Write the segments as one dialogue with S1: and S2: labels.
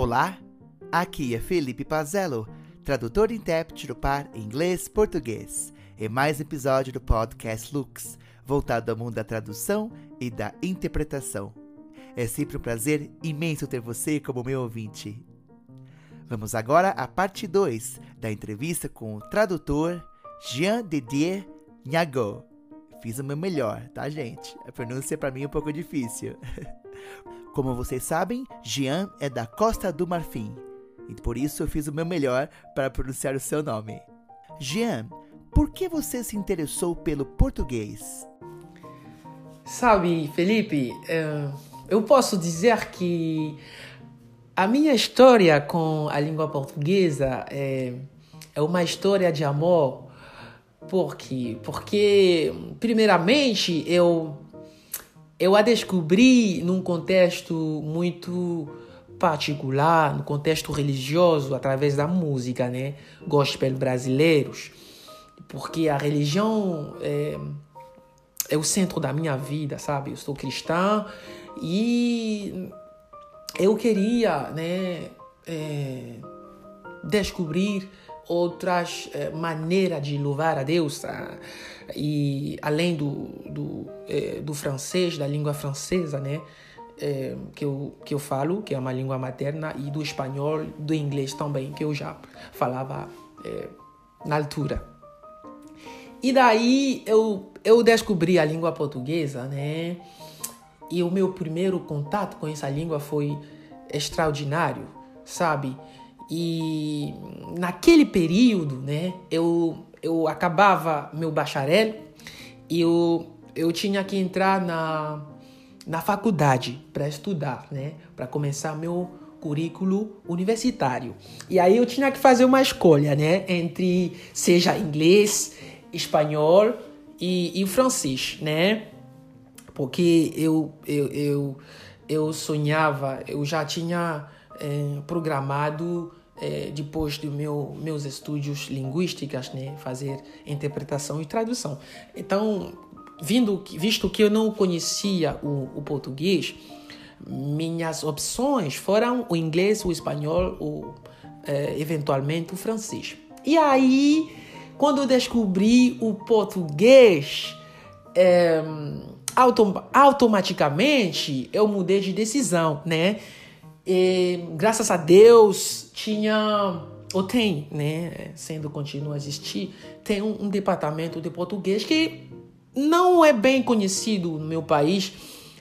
S1: Olá, aqui é Felipe Pazello, tradutor e intérprete para inglês-português, em mais um episódio do podcast Lux, voltado ao mundo da tradução e da interpretação. É sempre um prazer imenso ter você como meu ouvinte. Vamos agora à parte 2 da entrevista com o tradutor Jean-Didier Gnagot. Fiz o meu melhor, tá, gente? A pronúncia para mim é um pouco difícil. Como vocês sabem, Jean é da Costa do Marfim, e por isso eu fiz o meu melhor para pronunciar o seu nome. Jean, por que você se interessou pelo português?
S2: Sabe, Felipe, eu posso dizer que a minha história com a língua portuguesa é uma história de amor. Por quê? Porque, primeiramente, eu a descobri num contexto muito particular, no contexto religioso, através da música, né? Gospel brasileiros. Porque a religião é o centro da minha vida, sabe? Eu sou cristã e eu queria, né, descobrir outras maneiras de louvar a Deus, e além do francês, da língua francesa, né, que eu falo, que é uma língua materna, e do espanhol, do inglês também, que eu já falava na altura. E daí eu descobri a língua portuguesa, né, e o meu primeiro contato com essa língua foi extraordinário, sabe? E naquele período, né, eu acabava meu bacharel e eu tinha que entrar na faculdade para estudar, né, para começar meu currículo universitário. E aí eu tinha que fazer uma escolha, né, entre seja inglês, espanhol e francês, né, porque eu sonhava, eu já tinha programado, depois dos meus estudos linguísticos, né, fazer interpretação e tradução. Então, visto que eu não conhecia o português, minhas opções foram o inglês, o espanhol ou, eventualmente, o francês. E aí, quando eu descobri o português, automaticamente eu mudei de decisão, né? E, graças a Deus, tem, né, sendo continua a existir, tem um departamento de português que não é bem conhecido no meu país,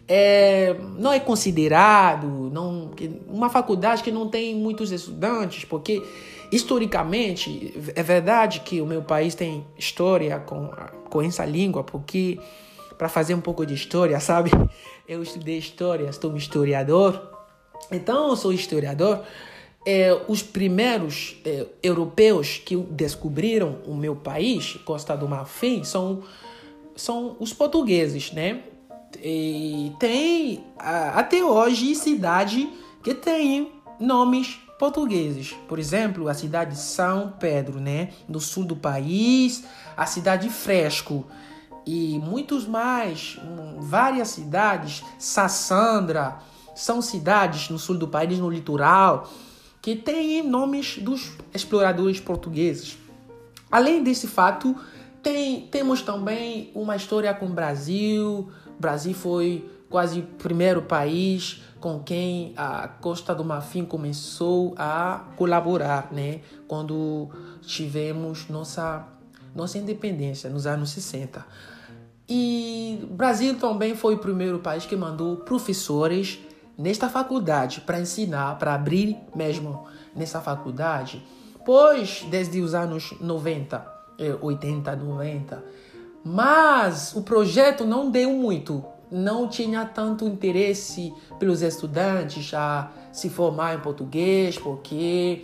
S2: não é considerado, uma faculdade que não tem muitos estudantes, porque historicamente é verdade que o meu país tem história com essa língua, porque, para fazer um pouco de história, sabe, eu estudei história, sou um historiador. Então, eu sou historiador. Os primeiros europeus que descobriram o meu país, Costa do Marfim, são os portugueses, né? E tem até hoje cidade que tem nomes portugueses. Por exemplo, a cidade de São Pedro, né, no sul do país, a cidade de Fresco e muitos mais, várias cidades, Sassandra. São cidades no sul do país, no litoral, que têm nomes dos exploradores portugueses. Além desse fato, temos também uma história com o Brasil. O Brasil foi quase o primeiro país com quem a Costa do Marfim começou a colaborar, né? Quando tivemos nossa independência, nos anos 60. E o Brasil também foi o primeiro país que mandou professores nesta faculdade para ensinar, para abrir mesmo nessa faculdade, pois desde os anos 80, 90, mas o projeto não deu muito, não tinha tanto interesse pelos estudantes a se formar em português, porque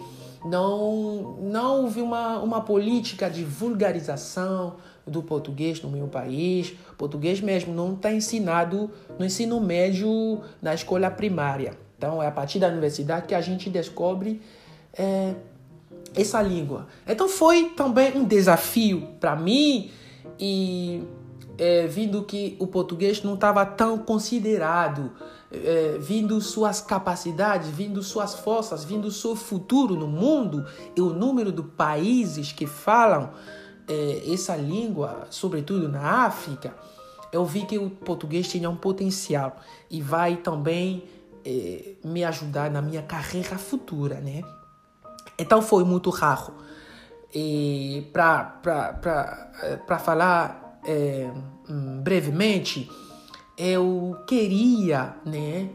S2: não houve uma política de vulgarização do português no meu país. O português mesmo não está ensinado no ensino médio, na escola primária. Então, é a partir da universidade que a gente descobre essa língua. Então, foi também um desafio para mim e vindo que o português não estava tão considerado, vindo suas capacidades, vindo suas forças, vindo seu futuro no mundo e o número de países que falam essa língua, sobretudo na África, eu vi que o português tinha um potencial e vai também me ajudar na minha carreira futura, né? Então foi muito raro. E para falar brevemente, eu queria, né,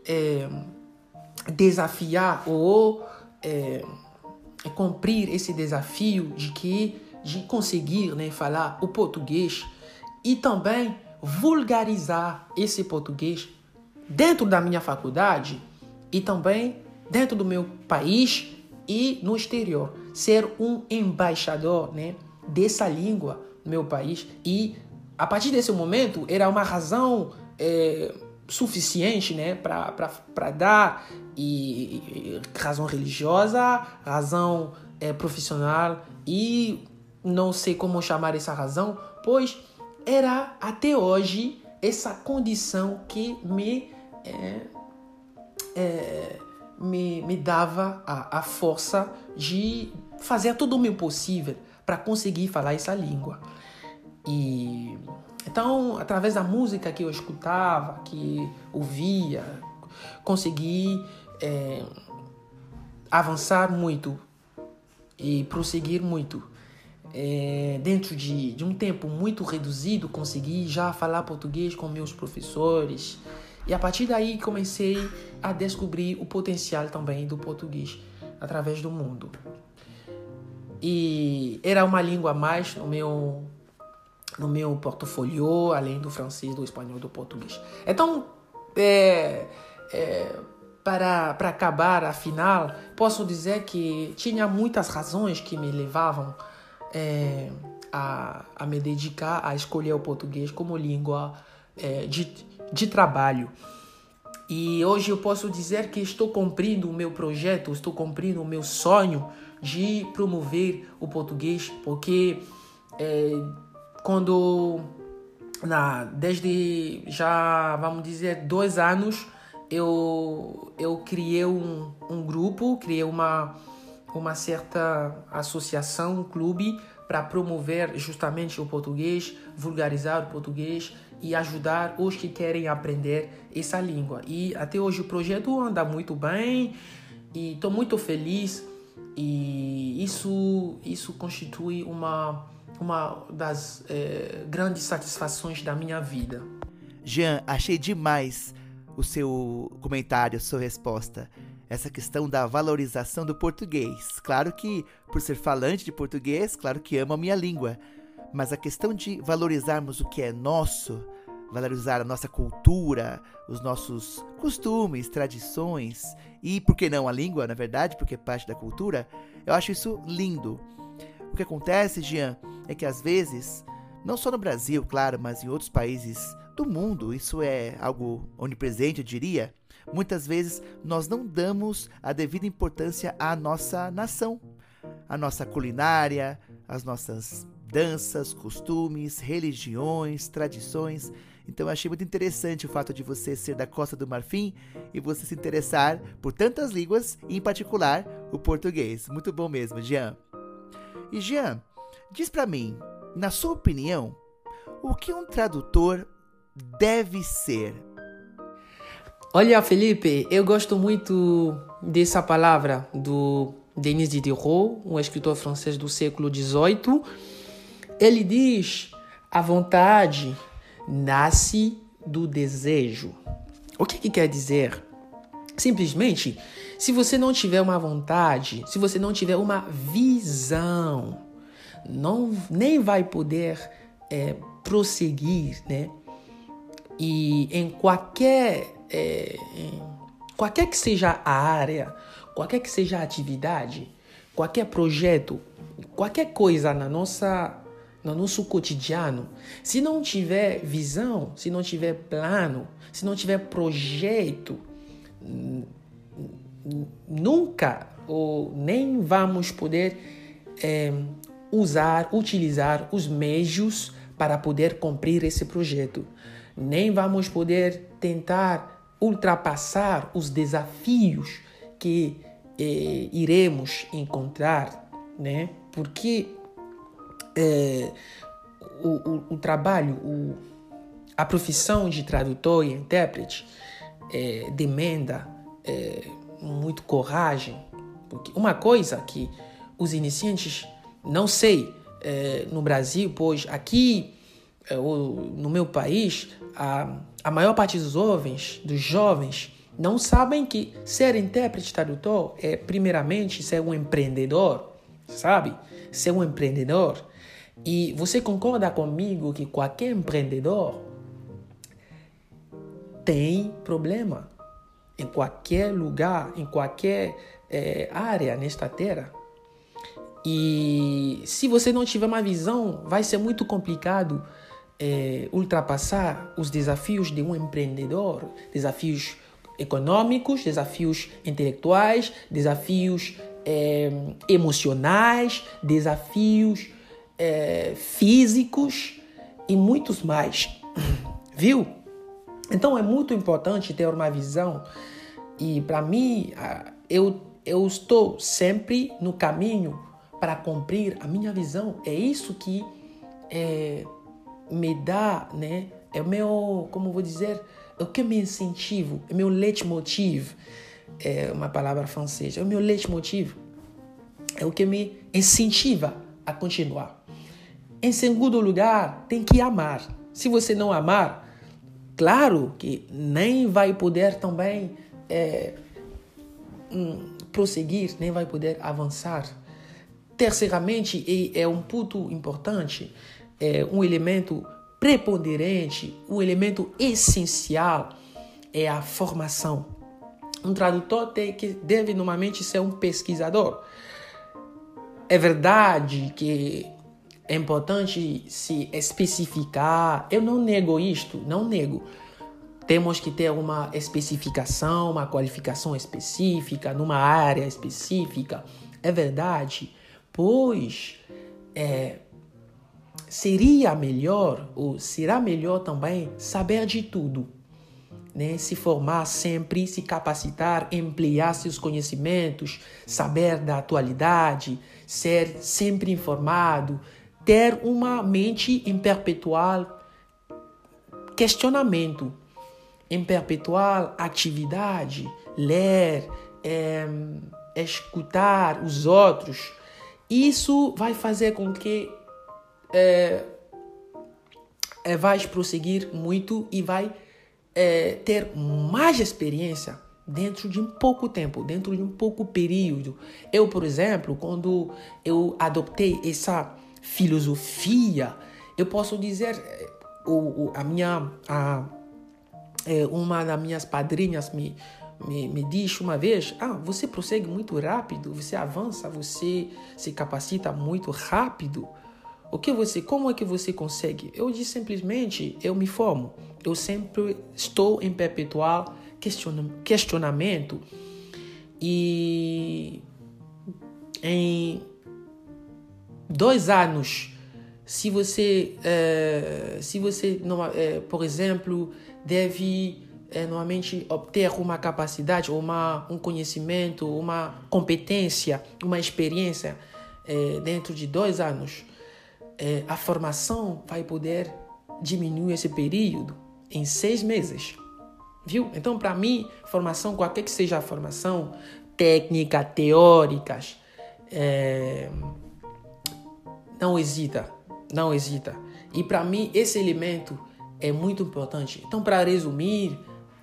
S2: desafiar ou cumprir esse desafio de conseguir, né, falar o português e também vulgarizar esse português dentro da minha faculdade e também dentro do meu país e no exterior. Ser um embaixador, né, dessa língua no meu país. E a partir desse momento era uma razão suficiente, né, para dar razão religiosa, razão profissional e não sei como chamar essa razão, pois era até hoje essa condição que me dava a força de fazer todo o meu possível para conseguir falar essa língua. E então, através da música que eu escutava, que ouvia, consegui avançar muito e prosseguir muito. Dentro de um tempo muito reduzido, consegui já falar português com meus professores. E a partir daí comecei a descobrir o potencial também do português através do mundo. E era uma língua a mais no meu portfólio, além do francês, do espanhol, do português. Então, para acabar, afinal, posso dizer que tinha muitas razões que me levavam a me dedicar a escolher o português como língua de trabalho. E hoje eu posso dizer que estou cumprindo o meu projeto, estou cumprindo o meu sonho de promover o português, porque desde já, vamos dizer, 2 anos, eu criei um grupo, criei uma certa associação, um clube, para promover justamente o português, vulgarizar o português e ajudar os que querem aprender essa língua. E até hoje o projeto anda muito bem e estou muito feliz, e isso constitui uma das grandes satisfações da minha vida.
S1: Jean, achei demais o seu comentário, a sua resposta. Essa questão da valorização do português. Claro que, por ser falante de português, claro que amo a minha língua. Mas a questão de valorizarmos o que é nosso, valorizar a nossa cultura, os nossos costumes, tradições e, por que não, a língua, na verdade, porque é parte da cultura, eu acho isso lindo. O que acontece, Jean, é que às vezes, não só no Brasil, claro, mas em outros países do mundo, isso é algo onipresente, eu diria. Muitas vezes nós não damos a devida importância à nossa nação, à nossa culinária, às nossas danças, costumes, religiões, tradições. Então eu achei muito interessante o fato de você ser da Costa do Marfim e você se interessar por tantas línguas, e em particular o português. Muito bom mesmo, Jean. E Jean, diz pra mim, na sua opinião, o que um tradutor deve ser?
S2: Olha, Felipe, eu gosto muito dessa palavra do Denis Diderot, um escritor francês do século XVIII. Ele diz: a vontade nasce do desejo. O que quer dizer? Simplesmente, se você não tiver uma vontade, se você não tiver uma visão, nem vai poder prosseguir, né? E em qualquer que seja a área, qualquer que seja a atividade, qualquer projeto, qualquer coisa no nosso cotidiano, se não tiver visão, se não tiver plano, se não tiver projeto, nunca ou nem vamos poder utilizar os meios para poder cumprir esse projeto. Nem vamos poder tentar ultrapassar os desafios que iremos encontrar, né? Porque o trabalho, a profissão de tradutor e intérprete demanda muito coragem. Porque uma coisa que os iniciantes não sei no Brasil, pois aqui no meu país a maior parte dos jovens não sabem que ser intérprete tradutor é primeiramente ser um empreendedor, sabe? Ser um empreendedor. E você concorda comigo que qualquer empreendedor tem problema em qualquer lugar, em qualquer área nesta terra? E se você não tiver uma visão, vai ser muito complicado ultrapassar os desafios de um empreendedor, desafios econômicos, desafios intelectuais, desafios emocionais, desafios físicos e muitos mais, viu? Então é muito importante ter uma visão e para mim eu estou sempre no caminho para cumprir a minha visão. É isso que me dá, né? É o meu, como vou dizer, é o que me incentiva, é o meu leitmotiv, é uma palavra francesa, é o meu leitmotiv, é o que me incentiva a continuar. Em segundo lugar, tem que amar. Se você não amar, claro que nem vai poder também prosseguir, nem vai poder avançar. Terceiramente, e é um ponto importante, um elemento preponderante, um elemento essencial é a formação. Um tradutor deve normalmente ser um pesquisador. É verdade que é importante se especificar. Eu não nego isto, não nego. Temos que ter uma especificação, uma qualificação específica, numa área específica. É verdade, pois seria melhor, ou será melhor também, saber de tudo, né? Se formar sempre, se capacitar, ampliar seus conhecimentos, saber da atualidade, ser sempre informado, ter uma mente em perpetual questionamento, em perpetual atividade, ler, escutar os outros. Isso vai fazer com que vais prosseguir muito e vai ter mais experiência dentro de um pouco tempo, dentro de um pouco período. Eu, por exemplo, quando eu adotei essa filosofia, eu posso dizer, uma das minhas padrinhas me disse uma vez, você prossegue muito rápido, você avança, você se capacita muito rápido. Como é que você consegue? Eu disse simplesmente, eu me formo. Eu sempre estou em perpetual questionamento. E em 2 anos, se você por exemplo, deve normalmente obter uma capacidade, um conhecimento, uma competência, uma experiência dentro de 2 anos, a formação vai poder diminuir esse período em 6 meses. Viu? Então, para mim, formação, qualquer que seja a formação, técnica, teóricas, não hesita. E para mim, esse elemento é muito importante. Então, para resumir,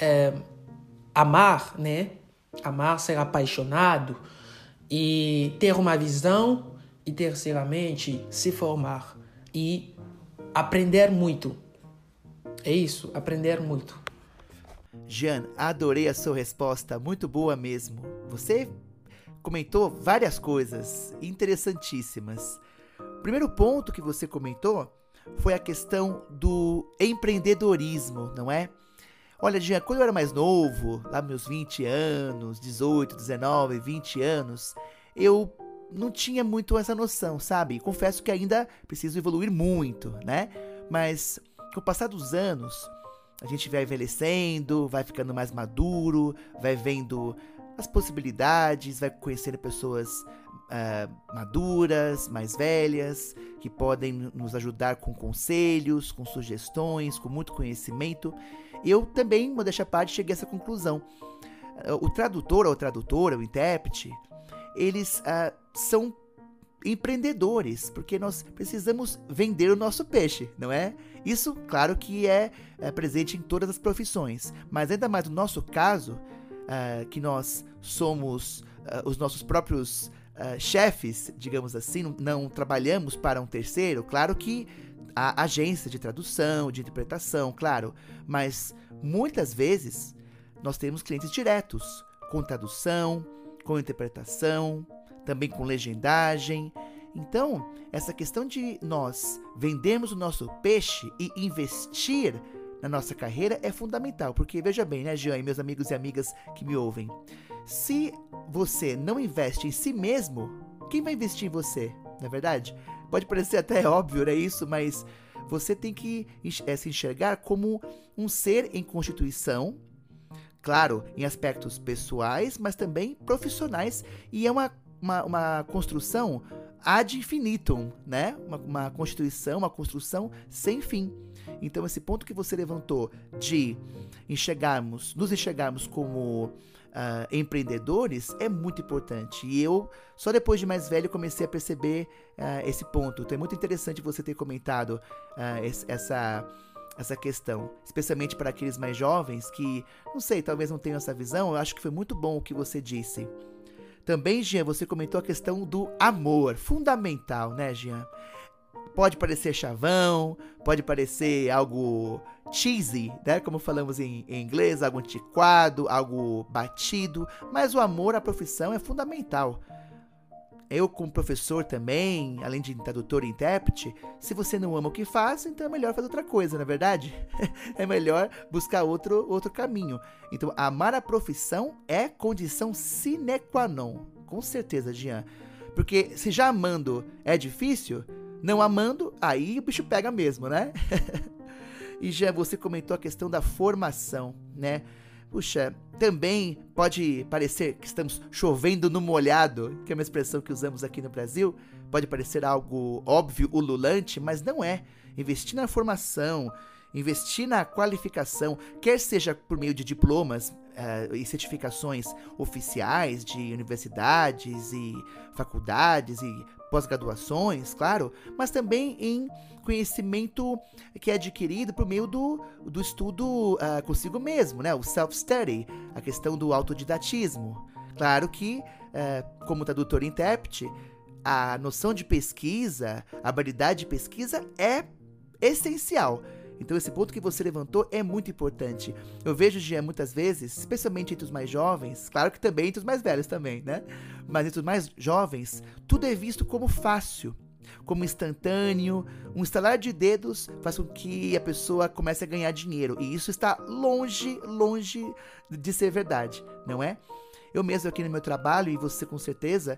S2: amar, né? Amar, ser apaixonado e ter uma visão e, terceiramente, se formar e aprender muito. É isso, aprender muito.
S1: Jean, adorei a sua resposta, muito boa mesmo. Você comentou várias coisas interessantíssimas. O primeiro ponto que você comentou foi a questão do empreendedorismo, não é? Olha, Jean, quando eu era mais novo, lá meus 20 anos, 18, 19, 20 anos, eu não tinha muito essa noção, sabe? Confesso que ainda preciso evoluir muito, né? Mas com o passar dos anos, a gente vai envelhecendo, vai ficando mais maduro, vai vendo as possibilidades, vai conhecendo pessoas maduras, mais velhas, que podem nos ajudar com conselhos, com sugestões, com muito conhecimento. Eu também, modéstia à parte, cheguei a essa conclusão. O tradutor ou tradutora, o intérprete, eles são empreendedores, porque nós precisamos vender o nosso peixe, não é? Isso, claro que é presente em todas as profissões, mas ainda mais no nosso caso, que nós somos os nossos próprios chefes, digamos assim, não trabalhamos para um terceiro. Claro que há agência de tradução, de interpretação, claro, mas muitas vezes nós temos clientes diretos, com tradução, com interpretação, também com legendagem. Então, essa questão de nós vendermos o nosso peixe e investir na nossa carreira é fundamental, porque veja bem, né, Jean e meus amigos e amigas que me ouvem, se você não investe em si mesmo, quem vai investir em você, não é verdade? Pode parecer até óbvio, né, isso, mas você tem que se enxergar como um ser em constituição, claro, em aspectos pessoais, mas também profissionais, e é uma construção ad infinitum, né? Uma constituição, uma construção sem fim. Então, esse ponto que você levantou de nos enxergarmos como empreendedores é muito importante. E eu, só depois de mais velho, comecei a perceber esse ponto. Então, é muito interessante você ter comentado essa questão, especialmente para aqueles mais jovens que, não sei, talvez não tenham essa visão. Eu acho que foi muito bom o que você disse. Também, Jean, você comentou a questão do amor, fundamental, né, Jean? Pode parecer chavão, pode parecer algo cheesy, né, como falamos em inglês, algo antiquado, algo batido, mas o amor à profissão é fundamental. Eu, como professor também, além de tradutor e intérprete, se você não ama o que faz, então é melhor fazer outra coisa, não é verdade? É melhor buscar outro caminho. Então, amar a profissão é condição sine qua non. Com certeza, Jean. Porque se já amando é difícil, não amando, aí o bicho pega mesmo, né? E, Jean, você comentou a questão da formação, né? Puxa, também pode parecer que estamos chovendo no molhado, que é uma expressão que usamos aqui no Brasil. Pode parecer algo óbvio, ululante, mas não é. Investir na formação, investir na qualificação, quer seja por meio de diplomas e certificações oficiais de universidades e faculdades e pós-graduações, claro, mas também em conhecimento que é adquirido por meio do estudo consigo mesmo, né? O self-study, a questão do autodidatismo. Claro que, como tradutor e intérprete, a noção de pesquisa, a habilidade de pesquisa é essencial. Então, esse ponto que você levantou é muito importante. Eu vejo, Jean, muitas vezes, especialmente entre os mais jovens, claro que também entre os mais velhos também, né? Mas entre os mais jovens, tudo é visto como fácil, como instantâneo. Um estalar de dedos faz com que a pessoa comece a ganhar dinheiro. E isso está longe de ser verdade, não é? Eu mesmo aqui no meu trabalho, e você com certeza,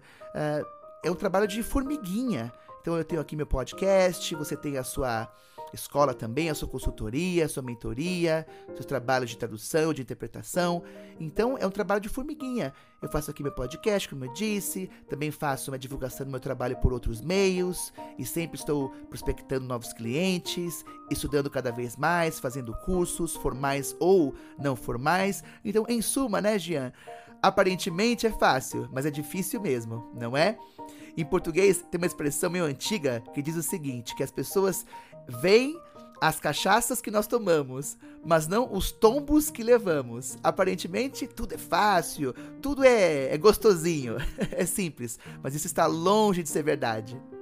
S1: é um trabalho de formiguinha. Então, eu tenho aqui meu podcast, você tem a sua escola também, a sua consultoria, a sua mentoria, seus trabalhos de tradução, de interpretação. Então, é um trabalho de formiguinha. Eu faço aqui meu podcast, como eu disse, também faço uma divulgação do meu trabalho por outros meios e sempre estou prospectando novos clientes, estudando cada vez mais, fazendo cursos, formais ou não formais. Então, em suma, né, Jean? Aparentemente é fácil, mas é difícil mesmo, não é? Em português tem uma expressão meio antiga que diz o seguinte, que as pessoas veem as cachaças que nós tomamos, mas não os tombos que levamos. Aparentemente tudo é fácil, tudo é gostosinho, é simples, mas isso está longe de ser verdade.